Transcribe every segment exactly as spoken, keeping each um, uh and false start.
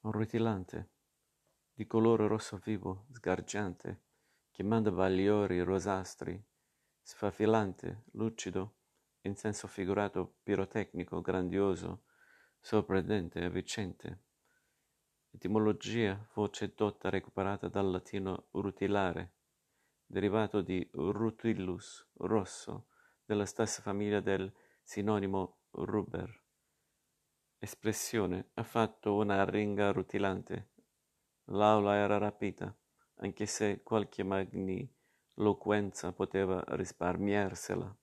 rutilante, di colore rosso vivo, sgargiante, che manda bagliori rosastri, sfavillante, lucido, in senso figurato, pirotecnico, grandioso, sorprendente, avvincente. Etimologia, voce dotta recuperata dal latino rutilare, derivato di rutilus, rosso, della stessa famiglia del sinonimo ruber. Espressione, ha fatto una ringa rutilante. L'aula era rapita, anche se qualche magniloquenza poteva risparmiarsela.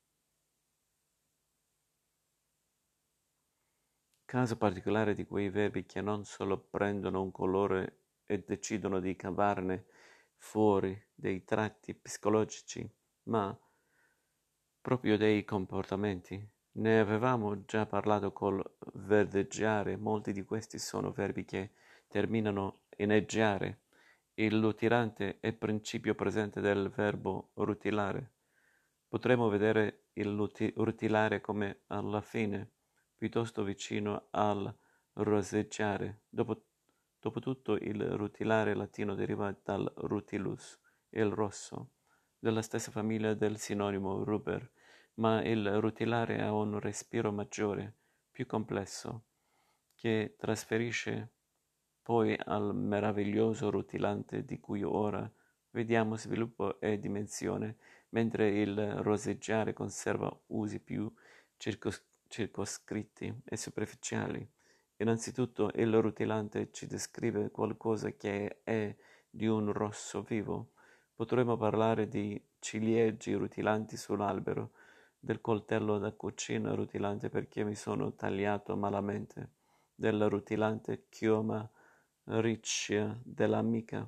Caso particolare di quei verbi che non solo prendono un colore e decidono di cavarne fuori dei tratti psicologici, ma proprio dei comportamenti. Ne avevamo già parlato col verdeggiare, molti di questi sono verbi che terminano in eggiare. Il lutilante è principio presente del verbo rutilare. Potremmo vedere il rutilare come alla fine, piuttosto vicino al roseggiare. Dopo, dopotutto il rutilare latino deriva dal rutilus, il rosso, della stessa famiglia del sinonimo ruber, ma il rutilare ha un respiro maggiore, più complesso, che trasferisce poi al meraviglioso rutilante di cui ora vediamo sviluppo e dimensione, mentre il roseggiare conserva usi più circos- circoscritti e superficiali. Innanzitutto il rutilante ci descrive qualcosa che è di un rosso vivo. Potremmo parlare di ciliegi rutilanti sull'albero, del coltello da cucina rutilante perché mi sono tagliato malamente, della rutilante chioma riccia dell'amica,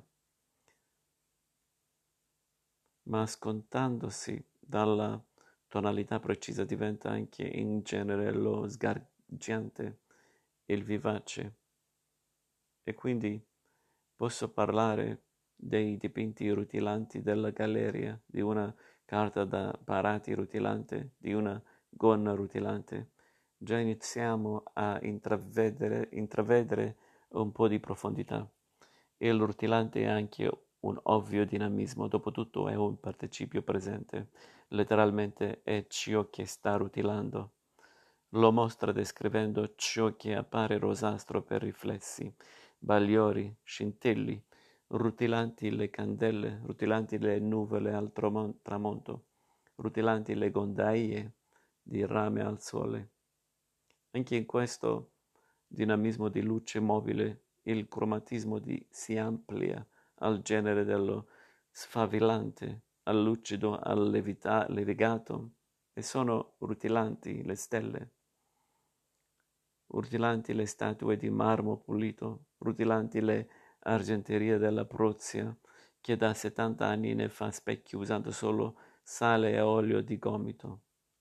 ma scontandosi dalla tonalità precisa diventa anche in genere lo sgargiante, il vivace. E quindi posso parlare dei dipinti rutilanti della galleria, di una carta da parati rutilante, di una gonna rutilante. Già iniziamo a intravedere, intravedere un po' di profondità. Il rutilante è anche un ovvio dinamismo, dopotutto è un participio presente, letteralmente è ciò che sta rutilando. Lo mostra descrivendo ciò che appare rosastro per riflessi, bagliori, scintilli, rutilanti le candele, rutilanti le nuvole al tramon- tramonto, rutilanti le gondaie di rame al sole. Anche in questo dinamismo di luce mobile il cromatismo di si amplia al genere dello sfavillante, al lucido, al levita- levigato, e sono rutilanti le stelle, rutilanti le statue di marmo pulito, rutilanti le argenterie della Prozia, che da settanta anni ne fa specchi usando solo sale e olio di gomito.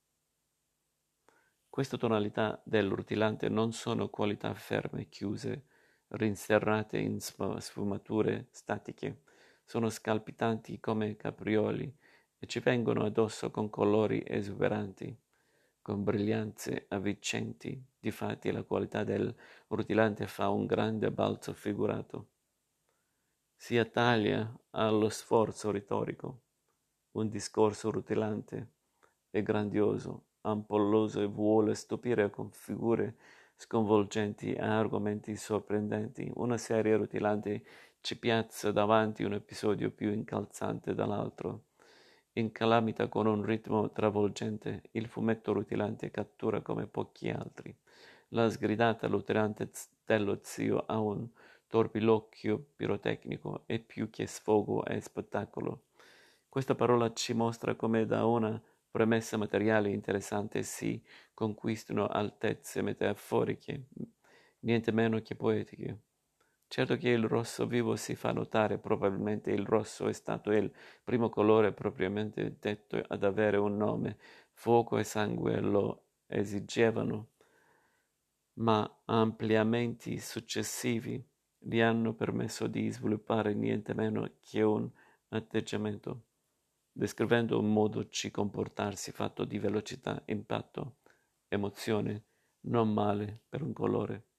Queste tonalità del rutilante non sono qualità ferme, chiuse, rinserrate in sfumature statiche, sono scalpitanti come caprioli e ci vengono addosso con colori esuberanti, con brillanze avvincenti. Difatti la qualità del rutilante fa un grande balzo figurato. Si attaglia allo sforzo retorico. Un discorso rutilante e grandioso, ampolloso e vuole stupire con figure sconvolgenti e argomenti sorprendenti. Una serie rutilante ci piazza davanti un episodio più incalzante dall'altro. In calamita con un ritmo travolgente, il fumetto rutilante cattura come pochi altri. La sgridata luterante dello zio ha un torpilocchio pirotecnico e più che sfogo è spettacolo. Questa parola ci mostra come da una premessa materiale interessante si conquistino altezze metaforiche, niente meno che poetiche. Certo che il rosso vivo si fa notare, probabilmente il rosso è stato il primo colore propriamente detto ad avere un nome, fuoco e sangue lo esigevano, ma ampliamenti successivi gli hanno permesso di sviluppare niente meno che un atteggiamento, descrivendo un modo di comportarsi fatto di velocità, impatto, emozione, non male per un colore.